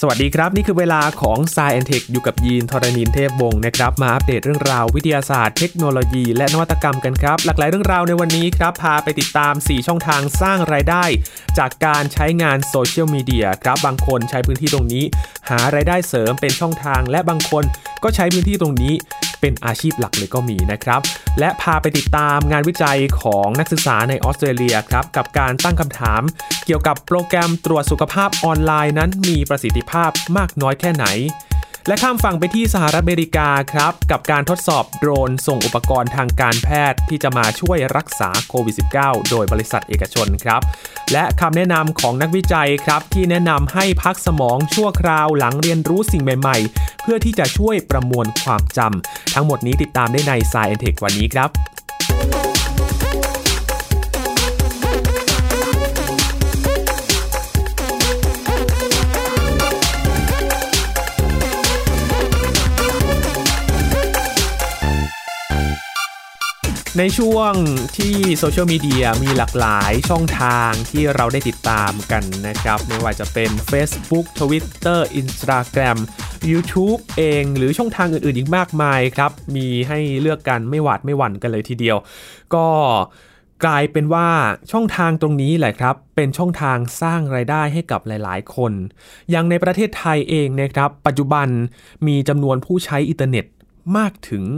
สวัสดีครับนี่คือเวลาของ Science Tech อยู่กับยีนทรณินเทพวงศ์นะครับมาอัปเดตเรื่องราววิทยาศาสตร์เทคโนโลยีและนวัตกรรมกันครับหลากหลายเรื่องราวในวันนี้ครับพาไปติดตาม4ช่องทางสร้างรายได้จากการใช้งานโซเชียลมีเดียครับบางคนใช้พื้นที่ตรงนี้หารายได้เสริมเป็นช่องทางและบางคนก็ใช้พื้นที่ตรงนี้เป็นอาชีพหลักเลยก็มีนะครับและพาไปติดตามงานวิจัยของนักศึกษาในออสเตรเลียครับกับการตั้งคำถามเกี่ยวกับโปรแกรมตรวจสุขภาพออนไลน์นั้นมีประสิทธิภาพมากน้อยแค่ไหนและข้ามฝั่งไปที่สหรัฐอเมริกาครับกับการทดสอบโดรนส่งอุปกรณ์ทางการแพทย์ที่จะมาช่วยรักษาโควิด -19 โดยบริษัทเอกชนครับและคำแนะนำของนักวิจัยครับที่แนะนำให้พักสมองชั่วคราวหลังเรียนรู้สิ่งใหม่ๆเพื่อที่จะช่วยประมวลความจำทั้งหมดนี้ติดตามได้ใน Science Tech วันนี้ครับในช่วงที่โซเชียลมีเดียมีหลากหลายช่องทางที่เราได้ติดตามกันนะครับไม่ว่าจะเป็น Facebook Twitter Instagram YouTube เองหรือช่องทางอื่นๆอีกมากมายครับมีให้เลือกกันไม่หวาดไม่หวั่นกันเลยทีเดียวก็กลายเป็นว่าช่องทางตรงนี้แหละครับเป็นช่องทางสร้างรายได้ให้กับหลายๆคนอย่างในประเทศไทยเองนะครับปัจจุบันมีจำนวนผู้ใช้อินเทอร์เน็ตมากถึง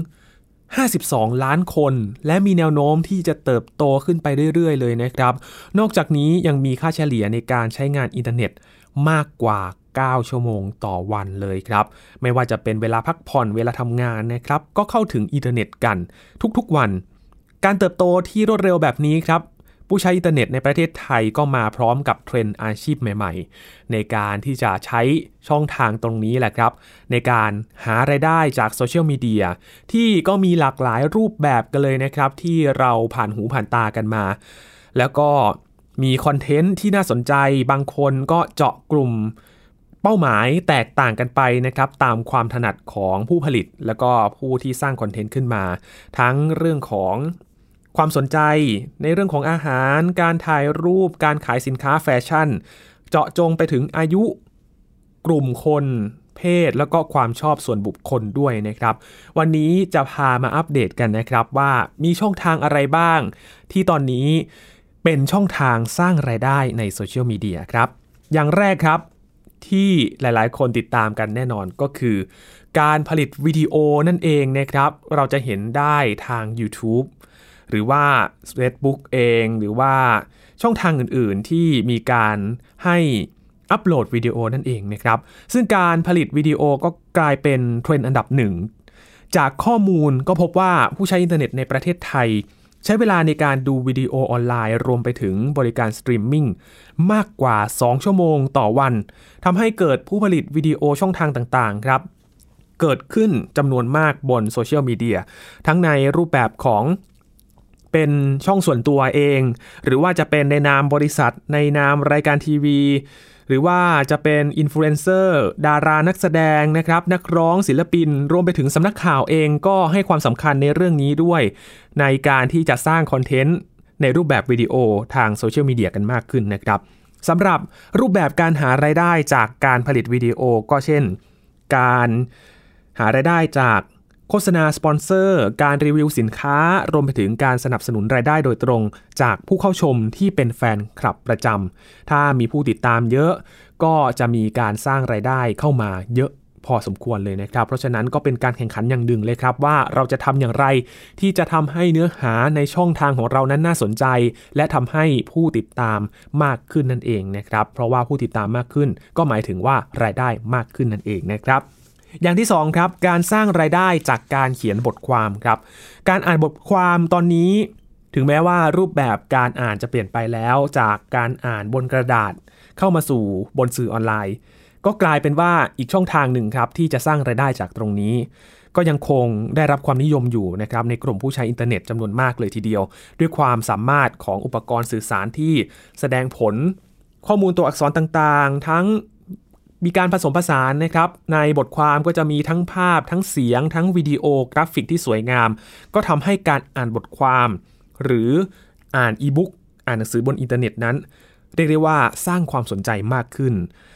52 ล้านคนและมีแนวโน้มที่จะเติบโตขึ้นไปเรื่อยๆเลยนะครับนอกจากนี้ยังมีค่าเฉลี่ยในการใช้งานอินเทอร์เน็ตมากกว่า9 ชั่วโมงต่อวันเลยครับไม่ว่าจะเป็นเวลาพักผ่อนเวลาทำงานนะครับก็เข้าถึงอินเทอร์เน็ตกันทุกๆวันการเติบโตที่รวดเร็วแบบนี้ครับผู้ใช้อินเทอร์เน็ตในประเทศไทยก็มาพร้อมกับเทรนด์อาชีพใหม่ๆในการที่จะใช้ช่องทางตรงนี้แหละครับในการหารายได้จากโซเชียลมีเดียที่ก็มีหลากหลายรูปแบบกันเลยนะครับที่เราผ่านหูผ่านตากันมาแล้วก็มีคอนเทนต์ที่น่าสนใจบางคนก็เจาะกลุ่มเป้าหมายแตกต่างกันไปนะครับตามความถนัดของผู้ผลิตแล้วก็ผู้ที่สร้างคอนเทนต์ขึ้นมาทั้งเรื่องของความสนใจในเรื่องของอาหารการถ่ายรูปการขายสินค้าแฟชั่นเจาะจงไปถึงอายุกลุ่มคนเพศแล้วก็ความชอบส่วนบุคคลด้วยนะครับวันนี้จะพามาอัปเดตกันนะครับว่ามีช่องทางอะไรบ้างที่ตอนนี้เป็นช่องทางสร้างรายได้ในโซเชียลมีเดียครับอย่างแรกครับที่หลายๆคนติดตามกันแน่นอนก็คือการผลิตวิดีโอนั่นเองนะครับเราจะเห็นได้ทาง YouTubeหรือว่า Facebook เองหรือว่าช่องทางอื่นๆที่มีการให้อัปโหลดวิดีโอนั่นเองนะครับซึ่งการผลิตวิดีโอก็กลายเป็นเทรนด์อันดับหนึ่งจากข้อมูลก็พบว่าผู้ใช้อินเทอร์เน็ตในประเทศไทยใช้เวลาในการดูวิดีโอออนไลน์รวมไปถึงบริการสตรีมมิ่งมากกว่า2 ชั่วโมงต่อวันทำให้เกิดผู้ผลิตวิดีโอช่องทางต่างๆครับเกิดขึ้นจำนวนมากบนโซเชียลมีเดียทั้งในรูปแบบของเป็นช่องส่วนตัวเองหรือว่าจะเป็นในนามบริษัทในนามรายการทีวีหรือว่าจะเป็นอินฟลูเอนเซอร์ดารานักแสดงนะครับนักร้องศิลปินรวมไปถึงสำนักข่าวเองก็ให้ความสำคัญในเรื่องนี้ด้วยในการที่จะสร้างคอนเทนต์ในรูปแบบวิดีโอทางโซเชียลมีเดียกันมากขึ้นนะครับสำหรับรูปแบบการหารายได้จากการผลิตวิดีโอก็เช่นการหารายได้จากโฆษณาสปอนเซอร์การรีวิวสินค้ารวมไปถึงการสนับสนุนรายได้โดยตรงจากผู้เข้าชมที่เป็นแฟนคลับประจำถ้ามีผู้ติดตามเยอะก็จะมีการสร้างรายได้เข้ามาเยอะพอสมควรเลยนะครับเพราะฉะนั้นก็เป็นการแข่งขันอย่างหนึ่งเลยครับว่าเราจะทำอย่างไรที่จะทำให้เนื้อหาในช่องทางของเรานั้นน่าสนใจและทำให้ผู้ติดตามมากขึ้นนั่นเองนะครับเพราะว่าผู้ติดตามมากขึ้นก็หมายถึงว่ารายได้มากขึ้นนั่นเองนะครับอย่างที่2ครับการสร้างรายได้จากการเขียนบทความครับการอ่านบทความตอนนี้ถึงแม้ว่ารูปแบบการอ่านจะเปลี่ยนไปแล้วจากการอ่านบนกระดาษเข้ามาสู่บนสื่อออนไลน์ก็กลายเป็นว่าอีกช่องทางหนึ่งครับที่จะสร้างรายได้จากตรงนี้ก็ยังคงได้รับความนิยมอยู่นะครับในกลุ่มผู้ใช้อินเทอร์เน็ตจำนวนมากเลยทีเดียวด้วยความสามารถของอุปกรณ์สื่อสารที่แสดงผลข้อมูลตัวอักษรต่างๆทั้งมีการผสมผสานนะครับในบทความก็จะมีทั้งภาพทั้งเสียงทั้งวิดีโอกราฟิกที่สวยงามก็ทำให้การอ่านบทความหรืออ่านอีบุ๊กอ่านหนังสือบนอินเทอร์เน็ตนั้นเรียกได้ว่าสร้างความสนใจมากขึ้น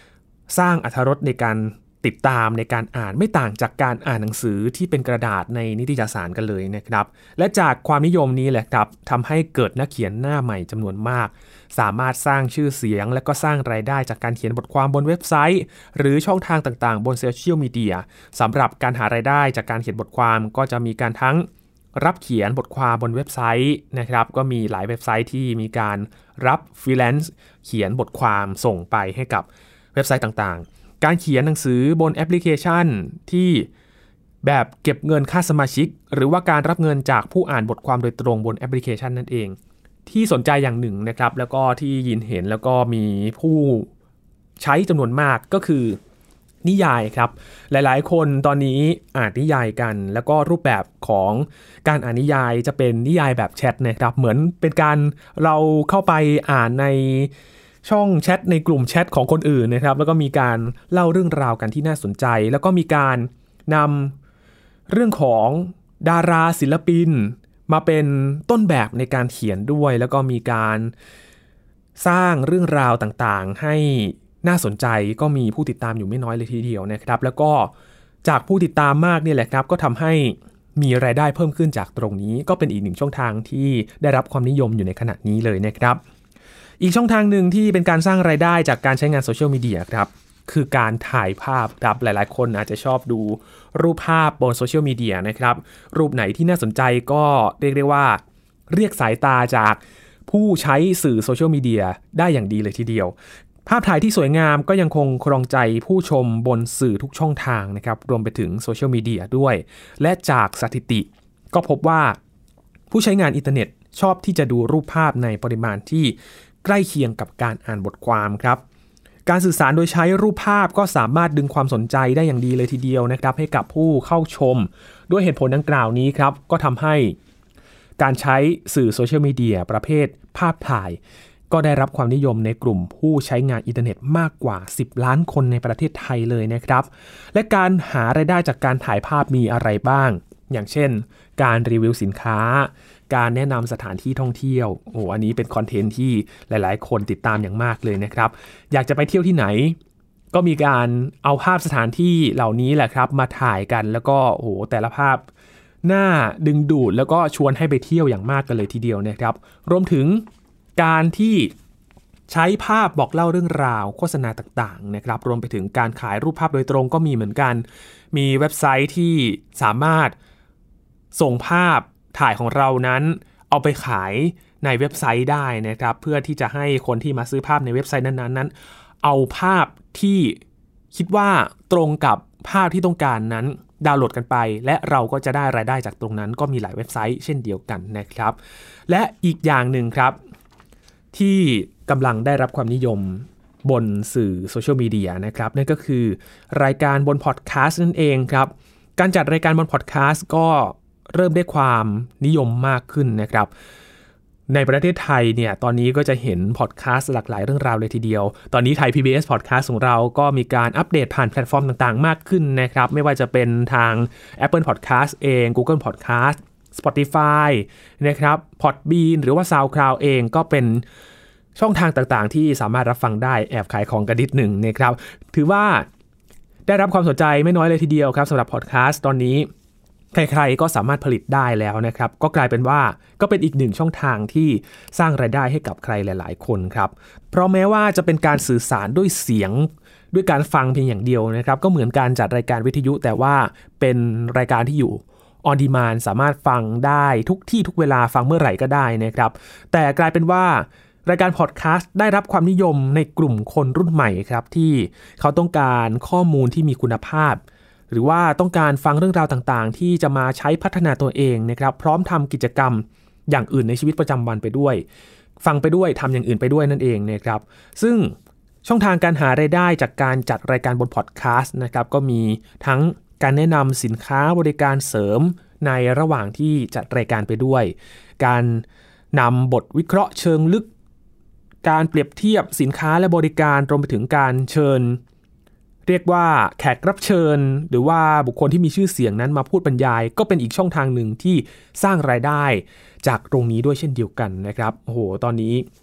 สร้างอรรถรสในการติดตามในการอ่านไม่ต่างจากการอ่านหนังสือที่เป็นกระดาษในนิตยสารกันเลยนะครับและจากความนิยมนี้แหละครับทำให้เกิดนักเขียนหน้าใหม่จำนวนมากสามารถสร้างชื่อเสียงและก็สร้างรายได้จากการเขียนบทความบนเว็บไซต์หรือช่องทางต่างๆบนโซเชียลมีเดียสำหรับการหารายได้จากการเขียนบทความก็จะมีการทั้งรับเขียนบทความบนเว็บไซต์นะครับก็มีหลายเว็บไซต์ที่มีการรับฟรีแลนซ์เขียนบทความส่งไปให้กับเว็บไซต์ต่างๆการเขียนหนังสือบนแอปพลิเคชันที่แบบเก็บเงินค่าสมาชิกหรือว่าการรับเงินจากผู้อ่านบทความโดยตรงบนแอปพลิเคชันนั่นเองที่สนใจอย่างหนึ่งนะครับแล้วก็ที่ยินเห็นแล้วก็มีผู้ใช้จำนวนมากก็คือนิยายครับหลายๆคนตอนนี้อ่านนิยายกันแล้วก็รูปแบบของการอ่านนิยายจะเป็นนิยายแบบแชทนะครับเหมือนเป็นการเราเข้าไปอ่านในช่องแชทในกลุ่มแชทของคนอื่นนะครับแล้วก็มีการเล่าเรื่องราวกันที่น่าสนใจแล้วก็มีการนำเรื่องของดาราศิลปินมาเป็นต้นแบบในการเขียนด้วยแล้วก็มีการสร้างเรื่องราวต่างๆให้น่าสนใจก็มีผู้ติดตามอยู่ไม่น้อยเลยทีเดียวนะครับแล้วก็จากผู้ติดตามมากนี่แหละครับก็ทำให้มีรายได้เพิ่มขึ้นจากตรงนี้ก็เป็นอีกหนึ่งช่องทางที่ได้รับความนิยมอยู่ในขณะนี้เลยนะครับอีกช่องทางหนึ่งที่เป็นการสร้างรายได้จากการใช้งานโซเชียลมีเดียครับคือการถ่ายภาพครับหลายๆคนอาจจะชอบดูรูปภาพบนโซเชียลมีเดียนะครับรูปไหนที่น่าสนใจก็เรียกได้ว่าเรียกสายตาจากผู้ใช้สื่อโซเชียลมีเดียได้อย่างดีเลยทีเดียวภาพถ่ายที่สวยงามก็ยังคงครองใจผู้ชมบนสื่อทุกช่องทางนะครับรวมไปถึงโซเชียลมีเดียด้วยและจากสถิติก็พบว่าผู้ใช้งานอินเทอร์เน็ตชอบที่จะดูรูปภาพในปริมาณที่ใกล้เคียงกับการอ่านบทความครับการสื่อสารโดยใช้รูปภาพก็สามารถดึงความสนใจได้อย่างดีเลยทีเดียวนะครับให้กับผู้เข้าชมด้วยเหตุผลดังกล่าวนี้ครับก็ทำให้การใช้สื่อโซเชียลมีเดียประเภทภาพถ่ายก็ได้รับความนิยมในกลุ่มผู้ใช้งานอินเทอร์เน็ตมากกว่า10ล้านคนในประเทศไทยเลยนะครับและการหารายได้จากการถ่ายภาพมีอะไรบ้างอย่างเช่นการรีวิวสินค้าการแนะนำสถานที่ท่องเที่ยวอันนี้เป็นคอนเทนต์ที่หลายๆคนติดตามอย่างมากเลยนะครับอยากจะไปเที่ยวที่ไหนก็มีการเอาภาพสถานที่เหล่านี้แหละครับมาถ่ายกันแล้วก็แต่ละภาพน่าดึงดูดแล้วก็ชวนให้ไปเที่ยวอย่างมากกันเลยทีเดียวนะครับรวมถึงการที่ใช้ภาพบอกเล่าเรื่องราวโฆษณาต่างๆนะครับรวมไปถึงการขายรูปภาพโดยตรงก็มีเหมือนกันมีเว็บไซต์ที่สามารถส่งภาพถ่ายของเรานั้นเอาไปขายในเว็บไซต์ได้นะครับเพื่อที่จะให้คนที่มาซื้อภาพในเว็บไซต์นั้นเอาภาพที่คิดว่าตรงกับภาพที่ต้องการนั้นดาวน์โหลดกันไปและเราก็จะได้รายได้จากตรงนั้นก็มีหลายเว็บไซต์เช่นเดียวกันนะครับและอีกอย่างหนึ่งครับที่กำลังได้รับความนิยมบนสื่อโซเชียลมีเดียนะครับนั่นก็คือรายการบนพอดแคสต์นั่นเองครับการจัดรายการบนพอดแคสต์ก็เริ่มได้ความนิยมมากขึ้นนะครับในประเทศไทยเนี่ยตอนนี้ก็จะเห็นพอดแคสต์หลากหลายเรื่องราวเลยทีเดียวตอนนี้ไทย PBS Podcast ของเราก็มีการอัปเดตผ่านแพลตฟอร์มต่างๆมากขึ้นนะครับไม่ว่าจะเป็นทาง Apple Podcast เอง Google Podcast Spotify นะครับ Podbean หรือว่า SoundCloud เองก็เป็นช่องทางต่างๆที่สามารถรับฟังได้แอบขายของกันนิดหนึ่งนะครับถือว่าได้รับความสนใจไม่น้อยเลยทีเดียวครับสำหรับพอดแคสต์ตอนนี้ใครๆก็สามารถผลิตได้แล้วนะครับก็กลายเป็นว่าก็เป็นอีกหนึ่งช่องทางที่สร้างรายได้ให้กับใครหลายๆคนครับเพราะแม้ว่าจะเป็นการสื่อสารด้วยเสียงด้วยการฟังเพียงอย่างเดียวนะครับก็เหมือนการจัดรายการวิทยุแต่ว่าเป็นรายการที่อยู่on demand สามารถฟังได้ทุกที่ทุกเวลาฟังเมื่อไหร่ก็ได้นะครับแต่กลายเป็นว่ารายการพอดแคสต์ได้รับความนิยมในกลุ่มคนรุ่นใหม่ครับที่เขาต้องการข้อมูลที่มีคุณภาพหรือว่าต้องการฟังเรื่องราวต่างๆที่จะมาใช้พัฒนาตัวเองนะครับพร้อมทำกิจกรรมอย่างอื่นในชีวิตประจำวันไปด้วยฟังไปด้วยทำอย่างอื่นไปด้วยนั่นเองนะครับซึ่งช่องทางการหารายได้จากการจัดรายการบนพอดแคสต์นะครับก็มีทั้งการแนะนำสินค้าบริการเสริมในระหว่างที่จัดรายการไปด้วยการนำบทวิเคราะห์เชิงลึกการเปรียบเทียบสินค้าและบริการรวมไปถึงการเชิญเรียกว่าแขกรับเชิญหรือว่าบุคคลที่มีชื่อเสียงนั้นมาพูดบรรยายก็เป็นอีกช่องทางหนึ่งที่สร้างรายได้จากตรงนี้ด้วยเช่นเดียวกันนะครับตอนนี้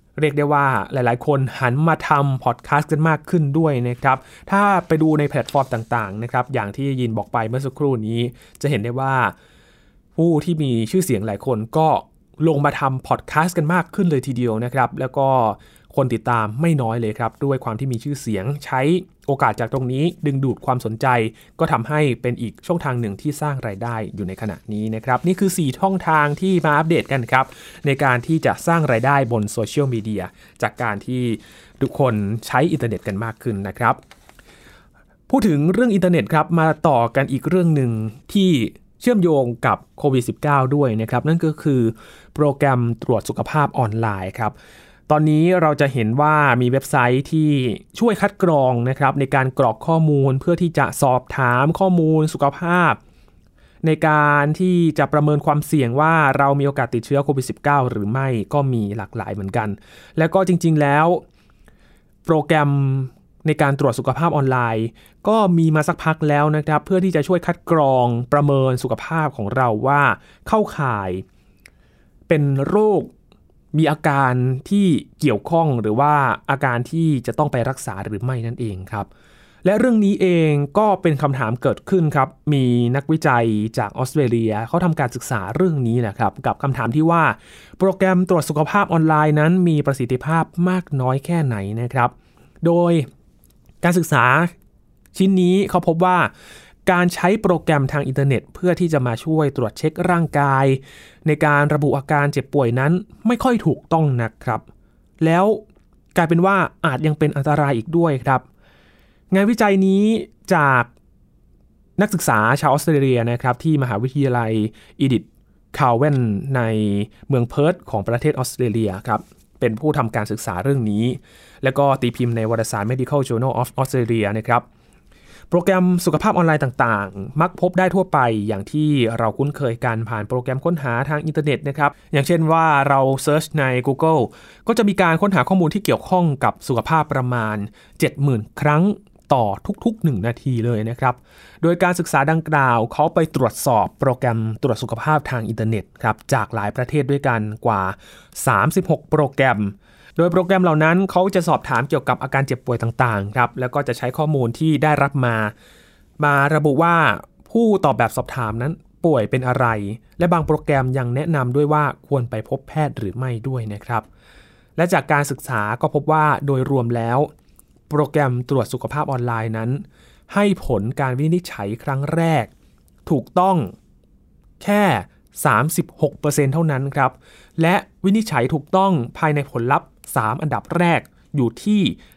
เรียกได้ว่าหลายๆคนหันมาทำพอดแคสต์กันมากขึ้นด้วยนะครับถ้าไปดูในแพลตฟอร์มต่างๆนะครับอย่างที่ยินบอกไปเมื่อสักครู่นี้จะเห็นได้ว่าผู้ที่มีชื่อเสียงหลายคนก็ลงมาทำพอดแคสต์กันมากขึ้นเลยทีเดียวนะครับแล้วก็คนติดตามไม่น้อยเลยครับด้วยความที่มีชื่อเสียงใช้โอกาสจากตรงนี้ดึงดูดความสนใจก็ทำให้เป็นอีกช่องทางหนึ่งที่สร้างรายได้อยู่ในขณะนี้นะครับนี่คือ4ช่องทางที่มาอัปเดตกันครับในการที่จะสร้างรายได้บนโซเชียลมีเดียจากการที่ทุกคนใช้อินเทอร์เน็ตกันมากขึ้นนะครับพูดถึงเรื่องอินเทอร์เน็ตครับมาต่อกันอีกเรื่องหนึ่งที่เชื่อมโยงกับโควิด -19 ด้วยนะครับนั่นก็คือโปรแกรมตรวจสุขภาพออนไลน์ครับตอนนี้เราจะเห็นว่ามีเว็บไซต์ที่ช่วยคัดกรองนะครับในการกรอกข้อมูลเพื่อที่จะสอบถามข้อมูลสุขภาพในการที่จะประเมินความเสี่ยงว่าเรามีโอกาสติดเชื้อโควิด -19 หรือไม่ก็มีหลากหลายเหมือนกันแล้วก็จริงๆแล้วโปรแกรมในการตรวจสุขภาพออนไลน์ก็มีมาสักพักแล้วนะครับเพื่อที่จะช่วยคัดกรองประเมินสุขภาพของเราว่าเข้าข่ายเป็นโรคมีอาการที่เกี่ยวข้องหรือว่าอาการที่จะต้องไปรักษาหรือไม่นั่นเองครับและเรื่องนี้เองก็เป็นคำถามเกิดขึ้นครับมีนักวิจัยจากออสเตรเลียเขาทำการศึกษาเรื่องนี้นะครับกับคำถามที่ว่าโปรแกรมตรวจสุขภาพออนไลน์นั้นมีประสิทธิภาพมากน้อยแค่ไหนนะครับโดยการศึกษาชิ้นนี้เขาพบว่าการใช้โปรแกรมทางอินเทอร์เน็ตเพื่อที่จะมาช่วยตรวจเช็คร่างกายในการระบุอาการเจ็บป่วยนั้นไม่ค่อยถูกต้องนักครับแล้วกลายเป็นว่าอาจยังเป็นอันตรายอีกด้วยครับงานวิจัยนี้จากนักศึกษาชาวออสเตรเลียนะครับที่มหาวิทยาลัยอีดิธคาวเวนในเมืองเพิร์ธของประเทศออสเตรเลียครับเป็นผู้ทำการศึกษาเรื่องนี้แล้วก็ตีพิมพ์ในวารสาร Medical Journal of Australia นะครับโปรแกรมสุขภาพออนไลน์ต่างๆมักพบได้ทั่วไปอย่างที่เราคุ้นเคยกันผ่านโปรแกรมค้นหาทางอินเทอร์เน็ตนะครับอย่างเช่นว่าเราเซิร์ชใน Google ก็จะมีการค้นหาข้อมูลที่เกี่ยวข้องกับสุขภาพประมาณ 70,000 ครั้งต่อทุกๆ1นาทีเลยนะครับโดยการศึกษาดังกล่าวเขาไปตรวจสอบโปรแกรมตรวจสุขภาพทางอินเทอร์เน็ตครับจากหลายประเทศด้วยกันกว่า36โปรแกรมโดยโปรแกรมเหล่านั้นเขาจะสอบถามเกี่ยวกับอาการเจ็บป่วยต่างๆครับแล้วก็จะใช้ข้อมูลที่ได้รับมาระบุว่าผู้ตอบแบบสอบถามนั้นป่วยเป็นอะไรและบางโปรแกรมยังแนะนำด้วยว่าควรไปพบแพทย์หรือไม่ด้วยนะครับและจากการศึกษาก็พบว่าโดยรวมแล้วโปรแกรมตรวจสุขภาพออนไลน์นั้นให้ผลการวินิจฉัยครั้งแรกถูกต้องแค่ 36% เท่านั้นครับและวินิจฉัยถูกต้องภายในผลลัพธ์3อันดับแรกอยู่ที่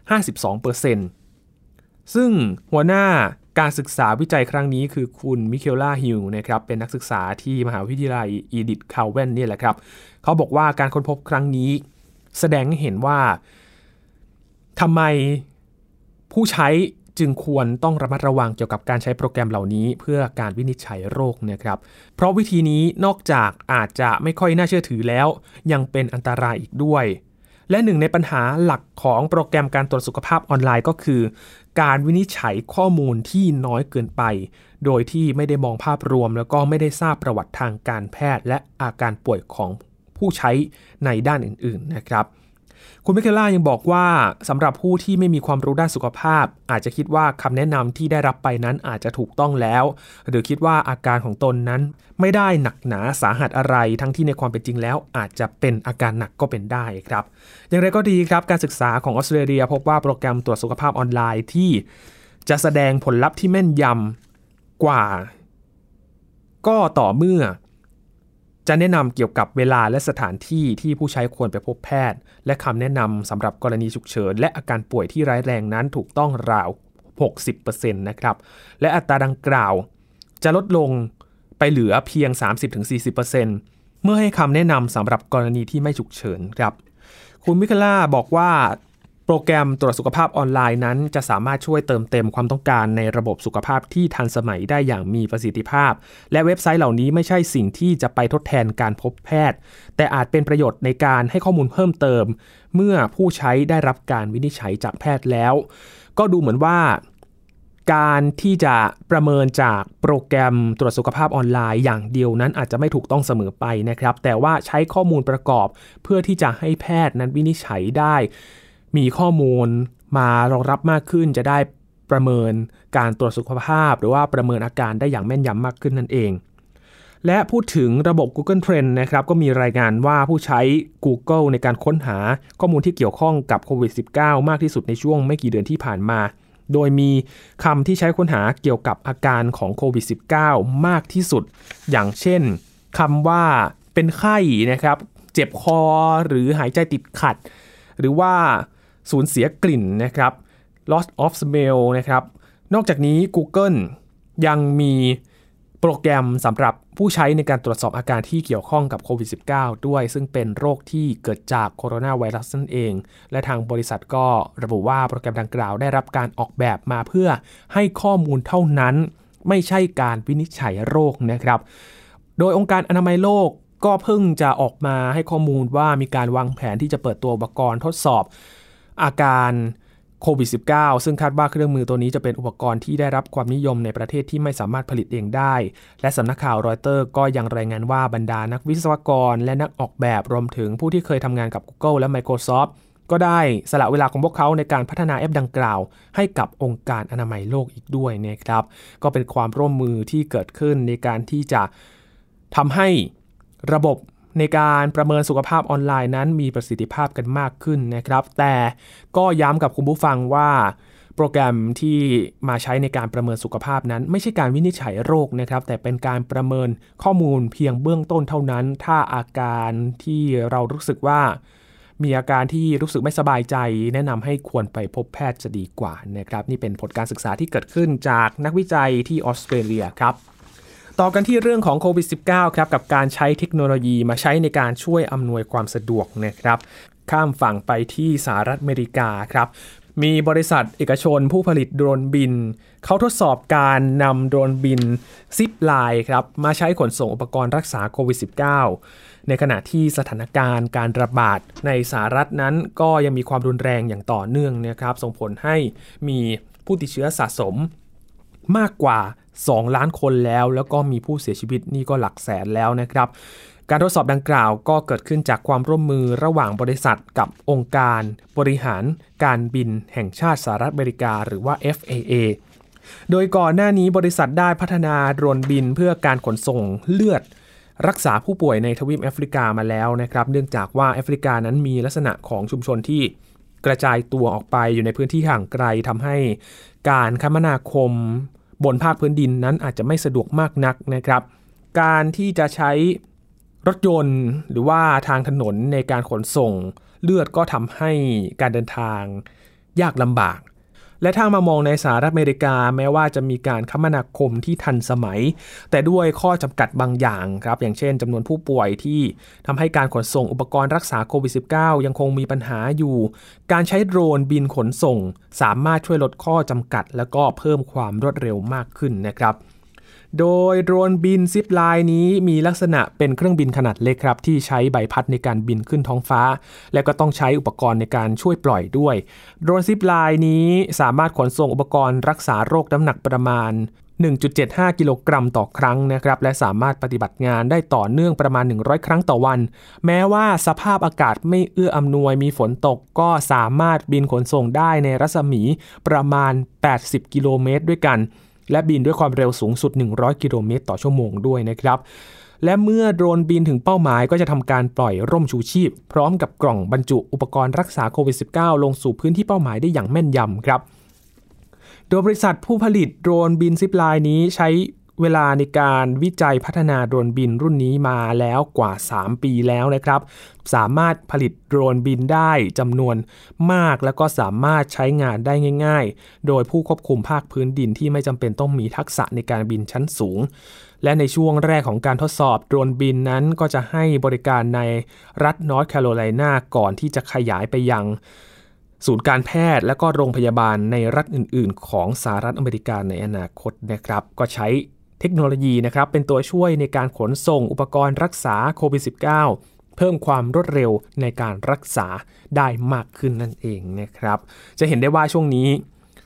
52% ซึ่งหัวหน้าการศึกษาวิจัยครั้งนี้คือคุณมิเคล่าฮิลนะครับเป็นนักศึกษาที่มหาวิทยาลัยอีดิธคาวเวนนี่แหละครับเขาบอกว่าการค้นพบครั้งนี้แสดงให้เห็นว่าทำไมผู้ใช้จึงควรต้องระมัดระวังเกี่ยวกับการใช้โปรแกรมเหล่านี้เพื่อการวินิจฉัยโรคนะครับเพราะวิธีนี้นอกจากอาจจะไม่ค่อยน่าเชื่อถือแล้วยังเป็นอันตรายอีกด้วยและหนึ่งในปัญหาหลักของโปรแกรมการตรวจสุขภาพออนไลน์ก็คือการวินิจฉัยข้อมูลที่น้อยเกินไปโดยที่ไม่ได้มองภาพรวมแล้วก็ไม่ได้ทราบประวัติทางการแพทย์และอาการป่วยของผู้ใช้ในด้านอื่นๆนะครับคุณมิเคล่ายังบอกว่าสำหรับผู้ที่ไม่มีความรู้ด้านสุขภาพอาจจะคิดว่าคำแนะนำที่ได้รับไปนั้นอาจจะถูกต้องแล้วหรือคิดว่าอาการของตนนั้นไม่ได้หนักหนาสาหัสอะไรทั้งที่ในความเป็นจริงแล้วอาจจะเป็นอาการหนักก็เป็นได้ครับอย่างไรก็ดีครับการศึกษาของออสเตรเลียพบว่าโปรแกรมตรวจสุขภาพออนไลน์ที่จะแสดงผลลัพธ์ที่แม่นยำกว่าก็ต่อเมื่อจะแนะนำเกี่ยวกับเวลาและสถานที่ที่ผู้ใช้ควรไปพบแพทย์และคำแนะนำสำหรับกรณีฉุกเฉินและอาการป่วยที่ร้ายแรงนั้นถูกต้องราว 60% นะครับและอัตราดังกล่าวจะลดลงไปเหลือเพียง 30-40% เมื่อให้คำแนะนำสำหรับกรณีที่ไม่ฉุกเฉินครับคุณมิเคล่าบอกว่าโปรแกรมตรวจสุขภาพออนไลน์นั้นจะสามารถช่วยเติมเต็มความต้องการในระบบสุขภาพที่ทันสมัยได้อย่างมีประสิทธิภาพและเว็บไซต์เหล่านี้ไม่ใช่สิ่งที่จะไปทดแทนการพบแพทย์แต่อาจเป็นประโยชน์ในการให้ข้อมูลเพิ่มเติมเมื่อผู้ใช้ได้รับการวินิจฉัยจากแพทย์แล้วก็ดูเหมือนว่าการที่จะประเมินจากโปรแกรมตรวจสุขภาพออนไลน์อย่างเดียวนั้นอาจจะไม่ถูกต้องเสมอไปนะครับแต่ว่าใช้ข้อมูลประกอบเพื่อที่จะให้แพทย์นั้นวินิจฉัยได้มีข้อมูลมารองรับมากขึ้นจะได้ประเมินการตรวจสุขภาพหรือว่าประเมินอาการได้อย่างแม่นยำมากขึ้นนั่นเองและพูดถึงระบบ Google Trend นะครับก็มีรายงานว่าผู้ใช้ Google ในการค้นหาข้อมูลที่เกี่ยวข้องกับโควิด -19 มากที่สุดในช่วงไม่กี่เดือนที่ผ่านมาโดยมีคำที่ใช้ค้นหาเกี่ยวกับอาการของโควิด -19 มากที่สุดอย่างเช่นคำว่าเป็นไข้นะครับเจ็บคอหรือหายใจติดขัดหรือว่าสูญเสียกลิ่นนะครับ loss of smell นะครับนอกจากนี้ Google ยังมีโปรแกรมสำหรับผู้ใช้ในการตรวจสอบอาการที่เกี่ยวข้องกับโควิด -19 ด้วยซึ่งเป็นโรคที่เกิดจากโคโรนาไวรัสนั่นเองและทางบริษัทก็ระบุว่าโปรแกรมดังกล่าวได้รับการออกแบบมาเพื่อให้ข้อมูลเท่านั้นไม่ใช่การวินิจฉัยโรคนะครับโดยองค์การอนามัยโลกก็เพิ่งจะออกมาให้ข้อมูลว่ามีการวางแผนที่จะเปิดตัวอุปกรณ์ทดสอบอาการโควิด -19 ซึ่งคาดว่าเครื่องมือตัวนี้จะเป็นอุปกรณ์ที่ได้รับความนิยมในประเทศที่ไม่สามารถผลิตเองได้และสำนักข่าวรอยเตอร์ก็ยังรายงานว่าบรรดานักวิศวกรและนักออกแบบรวมถึงผู้ที่เคยทำงานกับ Google และ Microsoft ก็ได้สละเวลาของพวกเขาในการพัฒนาแอปดังกล่าวให้กับองค์การอนามัยโลกอีกด้วยนะครับก็เป็นความร่วมมือที่เกิดขึ้นในการที่จะทำให้ระบบในการประเมินสุขภาพออนไลน์นั้นมีประสิทธิภาพกันมากขึ้นนะครับแต่ก็ย้ำกับคุณผู้ฟังว่าโปรแกรมที่มาใช้ในการประเมินสุขภาพนั้นไม่ใช่การวินิจฉัยโรคนะครับแต่เป็นการประเมินข้อมูลเพียงเบื้องต้นเท่านั้นถ้าอาการที่เรารู้สึกว่ามีอาการที่รู้สึกไม่สบายใจแนะนำให้ควรไปพบแพทย์จะดีกว่านะครับนี่เป็นผลการศึกษาที่เกิดขึ้นจากนักวิจัยที่ออสเตรเลียครับต่อกันที่เรื่องของโควิด -19 ครับกับการใช้เทคโนโลยีมาใช้ในการช่วยอำนวยความสะดวกนะครับข้ามฝั่งไปที่สหรัฐอเมริกาครับมีบริษัทเอกชนผู้ผลิตโดรนบินเขาทดสอบการนำโดรนบินซิปไลน์ครับมาใช้ขนส่งอุปกรณ์รักษาโควิด -19 ในขณะที่สถานการณ์การระบาดในสหรัฐนั้นก็ยังมีความรุนแรงอย่างต่อเนื่องนะครับส่งผลให้มีผู้ติดเชื้อสะสมมากกว่า2 ล้านคนแล้วก็มีผู้เสียชีวิตนี่ก็หลักแสนแล้วนะครับการทดสอบดังกล่าวก็เกิดขึ้นจากความร่วมมือระหว่างบริษัทกับองค์การบริหารการบินแห่งชาติสหรัฐอเมริกาหรือว่า FAA โดยก่อนหน้านี้บริษัทได้พัฒนาโดรนบินเพื่อการขนส่งเลือดรักษาผู้ป่วยในทวีปแอฟริกามาแล้วนะครับเนื่องจากว่าแอฟริกานั้นมีลักษณะของชุมชนที่กระจายตัวออกไปอยู่ในพื้นที่ห่างไกลทำให้การคมนาคมบนภาคพื้นดินนั้นอาจจะไม่สะดวกมากนักนะครับการที่จะใช้รถยนต์หรือว่าทางถนนในการขนส่งเลือดก็ทำให้การเดินทางยากลำบากและถ้ามามองในสหรัฐอเมริกาแม้ว่าจะมีการคมนาคมที่ทันสมัยแต่ด้วยข้อจำกัดบางอย่างครับอย่างเช่นจำนวนผู้ป่วยที่ทำให้การขนส่งอุปกรณ์รักษาโควิด -19 ยังคงมีปัญหาอยู่การใช้โดรนบินขนส่งสามารถช่วยลดข้อจำกัดและก็เพิ่มความรวดเร็วมากขึ้นนะครับโดยโดรนบินซิปไลน์นี้มีลักษณะเป็นเครื่องบินขนาดเล็กครับที่ใช้ใบพัดในการบินขึ้นท้องฟ้าและก็ต้องใช้อุปกรณ์ในการช่วยปล่อยด้วยโดรนซิปไลน์นี้สามารถขนส่งอุปกรณ์รักษาโรคน้ำหนักประมาณ 1.75 กิโลกรัมต่อครั้งนะครับและสามารถปฏิบัติงานได้ต่อเนื่องประมาณ100ครั้งต่อวันแม้ว่าสภาพอากาศไม่เอื้ออำนวยมีฝนตกก็สามารถบินขนส่งได้ในรัศมีประมาณ80กิโลเมตรด้วยกันและบินด้วยความเร็วสูงสุด100กิโลเมตรต่อชั่วโมงด้วยนะครับและเมื่อโดรนบินถึงเป้าหมายก็จะทำการปล่อยร่มชูชีพพร้อมกับกล่องบรรจุอุปกรณ์รักษาโควิด -19 ลงสู่พื้นที่เป้าหมายได้อย่างแม่นยำครับโดยบริษัทผู้ผลิตโดรนบินซิปไลน์นี้ใช้เวลาในการวิจัยพัฒนาโดรนบินรุ่นนี้มาแล้วกว่า3ปีแล้วนะครับสามารถผลิตโดรนบินได้จำนวนมากแล้วก็สามารถใช้งานได้ง่ายๆโดยผู้ควบคุมภาคพื้นดินที่ไม่จำเป็นต้องมีทักษะในการบินชั้นสูงและในช่วงแรกของการทดสอบโดรนบินนั้นก็จะให้บริการในรัฐนอร์ทแคโรไลนาก่อนที่จะขยายไปยังศูนย์การแพทย์และก็โรงพยาบาลในรัฐอื่นๆของสหรัฐอเมริกาในอนาคตนะครับก็ใช้เทคโนโลยีนะครับเป็นตัวช่วยในการขนส่งอุปกรณ์รักษาโควิด -19 เพิ่มความรวดเร็วในการรักษาได้มากขึ้นนั่นเองนะครับจะเห็นได้ว่าช่วงนี้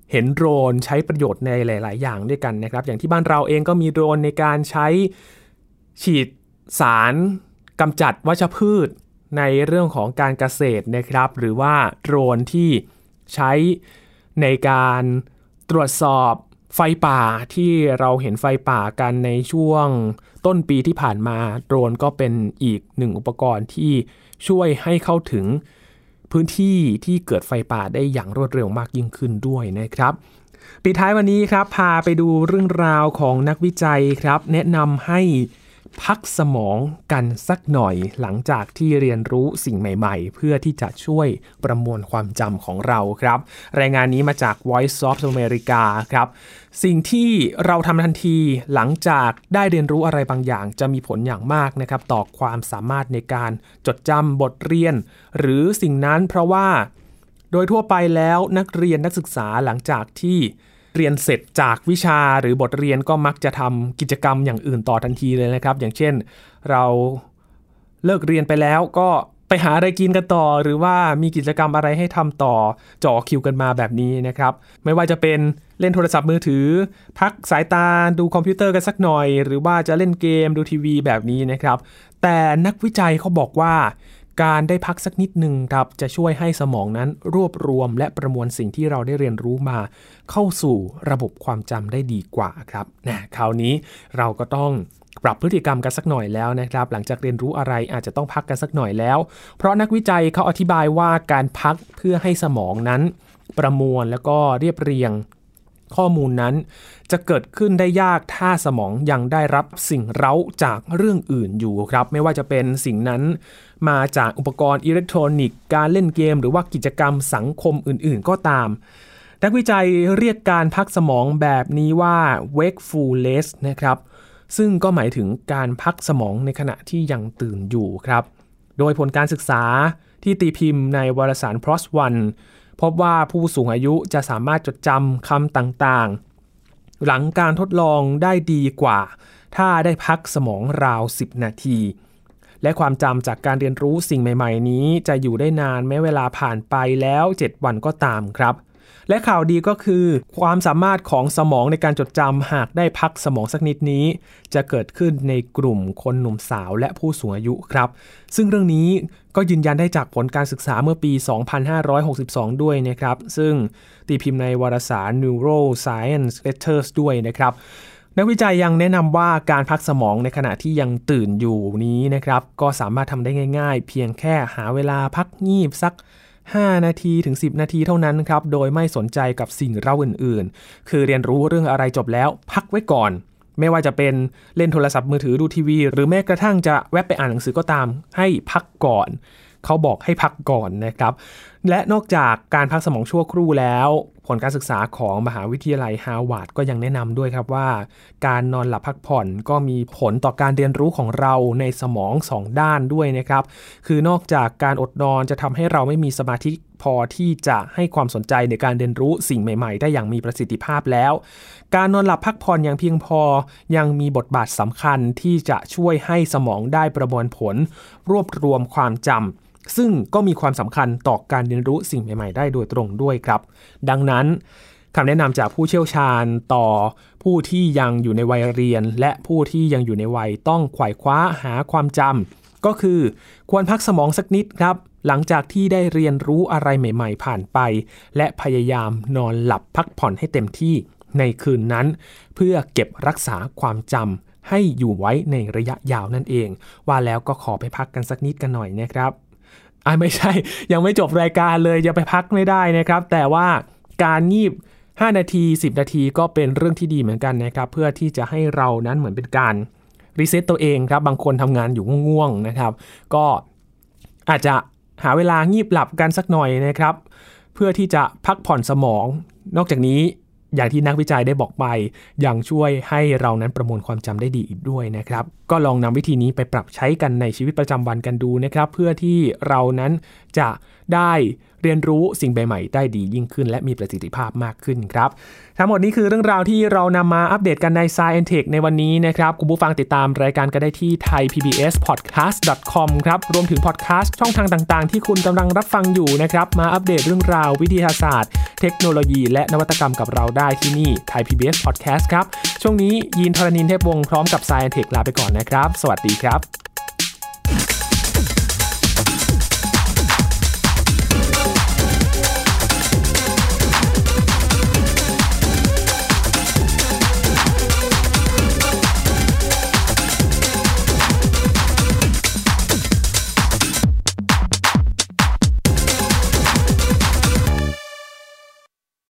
เห็นโดรนใช้ประโยชน์ในหลายๆอย่างด้วยกันนะครับอย่างที่บ้านเราเองก็มีโดรนในการใช้ฉีดสารกำจัดวัชพืชในเรื่องของการเกษตรนะครับหรือว่าโดรนที่ใช้ในการตรวจสอบไฟป่าที่เราเห็นไฟป่ากันในช่วงต้นปีที่ผ่านมาโดรนก็เป็นอีกหนึ่งอุปกรณ์ที่ช่วยให้เข้าถึงพื้นที่ที่เกิดไฟป่าได้อย่างรวดเร็วมากยิ่งขึ้นด้วยนะครับปิดท้ายวันนี้ครับพาไปดูเรื่องราวของนักวิจัยครับแนะนำให้พักสมองกันสักหน่อยหลังจากที่เรียนรู้สิ่งใหม่ๆเพื่อที่จะช่วยประมวลความจำของเราครับรายงานนี้มาจาก Voice of America ครับสิ่งที่เราทำทันทีหลังจากได้เรียนรู้อะไรบางอย่างจะมีผลอย่างมากนะครับต่อความสามารถในการจดจำบทเรียนหรือสิ่งนั้นเพราะว่าโดยทั่วไปแล้วนักเรียนนักศึกษาหลังจากที่เรียนเสร็จจากวิชาหรือบทเรียนก็มักจะทำกิจกรรมอย่างอื่นต่อทันทีเลยนะครับอย่างเช่นเราเลิกเรียนไปแล้วก็ไปหาอะไรกินกันต่อหรือว่ามีกิจกรรมอะไรให้ทำต่อจ่อคิวกันมาแบบนี้นะครับไม่ว่าจะเป็นเล่นโทรศัพท์มือถือพักสายตาดูคอมพิวเตอร์กันสักหน่อยหรือว่าจะเล่นเกมดูทีวีแบบนี้นะครับแต่นักวิจัยเขาบอกว่าการได้พักสักนิดนึงครับจะช่วยให้สมองนั้นรวบรวมและประมวลสิ่งที่เราได้เรียนรู้มาเข้าสู่ระบบความจำได้ดีกว่าครับคราวนี้เราก็ต้องปรับพฤติกรรมกันสักหน่อยแล้วนะครับหลังจากเรียนรู้อะไรอาจจะต้องพักกันสักหน่อยแล้วเพราะนักวิจัยเขาอธิบายว่าการพักเพื่อให้สมองนั้นประมวลแล้วก็เรียบเรียงข้อมูลนั้นจะเกิดขึ้นได้ยากถ้าสมองยังได้รับสิ่งเร้าจากเรื่องอื่นอยู่ครับไม่ว่าจะเป็นสิ่งนั้นมาจากอุปกรณ์อิเล็กทรอนิกส์การเล่นเกมหรือว่ากิจกรรมสังคมอื่นๆก็ตามนักวิจัยเรียกการพักสมองแบบนี้ว่า wakefulness นะครับซึ่งก็หมายถึงการพักสมองในขณะที่ยังตื่นอยู่ครับโดยผลการศึกษาที่ตีพิมพ์ในวารสาร PLOS ONEพบว่าผู้สูงอายุจะสามารถจดจำคำต่างๆหลังการทดลองได้ดีกว่าถ้าได้พักสมองราว10นาทีและความจำจากการเรียนรู้สิ่งใหม่ๆนี้จะอยู่ได้นานแม้เวลาผ่านไปแล้ว7วันก็ตามครับและข่าวดีก็คือความสามารถของสมองในการจดจำหากได้พักสมองสักนิดนี้จะเกิดขึ้นในกลุ่มคนหนุ่มสาวและผู้สูงอายุครับซึ่งเรื่องนี้ก็ยืนยันได้จากผลการศึกษาเมื่อปี 2562 ด้วยนะครับซึ่งตีพิมพ์ในวารสาร Neuroscience Letters ด้วยนะครับนักวิจัยยังแนะนำว่าการพักสมองในขณะที่ยังตื่นอยู่นี้นะครับก็สามารถทำได้ง่ายๆเพียงแค่หาเวลาพักงีบสัก5นาทีถึง10นาทีเท่านั้นครับโดยไม่สนใจกับสิ่งเร้าอื่นๆคือเรียนรู้เรื่องอะไรจบแล้วพักไว้ก่อนไม่ว่าจะเป็นเล่นโทรศัพท์มือถือดูทีวีหรือแม้กระทั่งจะแวะไปอ่านหนังสือก็ตามให้พักก่อนเขาบอกให้พักก่อนนะครับและนอกจากการพักสมองชั่วครู่แล้วผลการศึกษาของมหาวิทยาลัยฮาร์วาร์ดก็ยังแนะนำด้วยครับว่าการนอนหลับพักผ่อนก็มีผลต่อการเรียนรู้ของเราในสมอง2ด้านด้วยนะครับคือนอกจากการอดนอนจะทำให้เราไม่มีสมาธิพอที่จะให้ความสนใจในการเรียนรู้สิ่งใหม่ๆได้อย่างมีประสิทธิภาพแล้วการนอนหลับพักผ่อนอย่างเพียงพอยังมีบทบาทสำคัญที่จะช่วยให้สมองได้ประมวลผลรวบรวมความจำซึ่งก็มีความสำคัญต่อการเรียนรู้สิ่งใหม่ๆได้โดยตรงด้วยครับดังนั้นคำแนะนำจากผู้เชี่ยวชาญต่อผู้ที่ยังอยู่ในวัยเรียนและผู้ที่ยังอยู่ในวัยต้องไขว่คว้าหาความจำก็คือควรพักสมองสักนิดครับหลังจากที่ได้เรียนรู้อะไรใหม่ๆผ่านไปและพยายามนอนหลับพักผ่อนให้เต็มที่ในคืนนั้นเพื่อเก็บรักษาความจำให้อยู่ไว้ในระยะยาวนั่นเองว่าแล้วก็ขอไปพักกันสักนิดกันหน่อยนะครับไม่ใช่ยังไม่จบรายการเลยจะไปพักไม่ได้นะครับแต่ว่าการงีบ5นาที10นาทีก็เป็นเรื่องที่ดีเหมือนกันนะครับเพื่อที่จะให้เรานั้นเหมือนเป็นการรีเซ็ตตัวเองครับบางคนทำงานอยู่ง่วงๆนะครับก็อาจจะหาเวลางีบหลับกันสักหน่อยนะครับเพื่อที่จะพักผ่อนสมองนอกจากนี้อย่างที่นักวิจัยได้บอกไปยังช่วยให้เรานั้นประมวลความจำได้ดีอีกด้วยนะครับก็ลองนำวิธีนี้ไปปรับใช้กันในชีวิตประจำวันกันดูนะครับเพื่อที่เรานั้นจะได้เรียนรู้สิ่งใหม่ๆได้ดียิ่งขึ้นและมีประสิทธิภาพมากขึ้นครับทั้งหมดนี้คือเรื่องราวที่เรานำมาอัปเดตกันใน Science Tech ในวันนี้นะครับคุณผู้ฟังติดตามรายการกันได้ที่ thaipbspodcast.com ครับรวมถึงพอดแคสต์ช่องทางต่างๆที่คุณกำลังรับฟังอยู่นะครับมาอัปเดตเรื่องราววิทยาศาสตร์เทคโนโลยีและนวัตกรรมกับเราได้ที่นี่ Thai PBS Podcast ครับช่วงนี้ยินทรณินเทพวงศ์พร้อมกับ Science Tech ลาไปก่อนนะครับสวัสดีครับ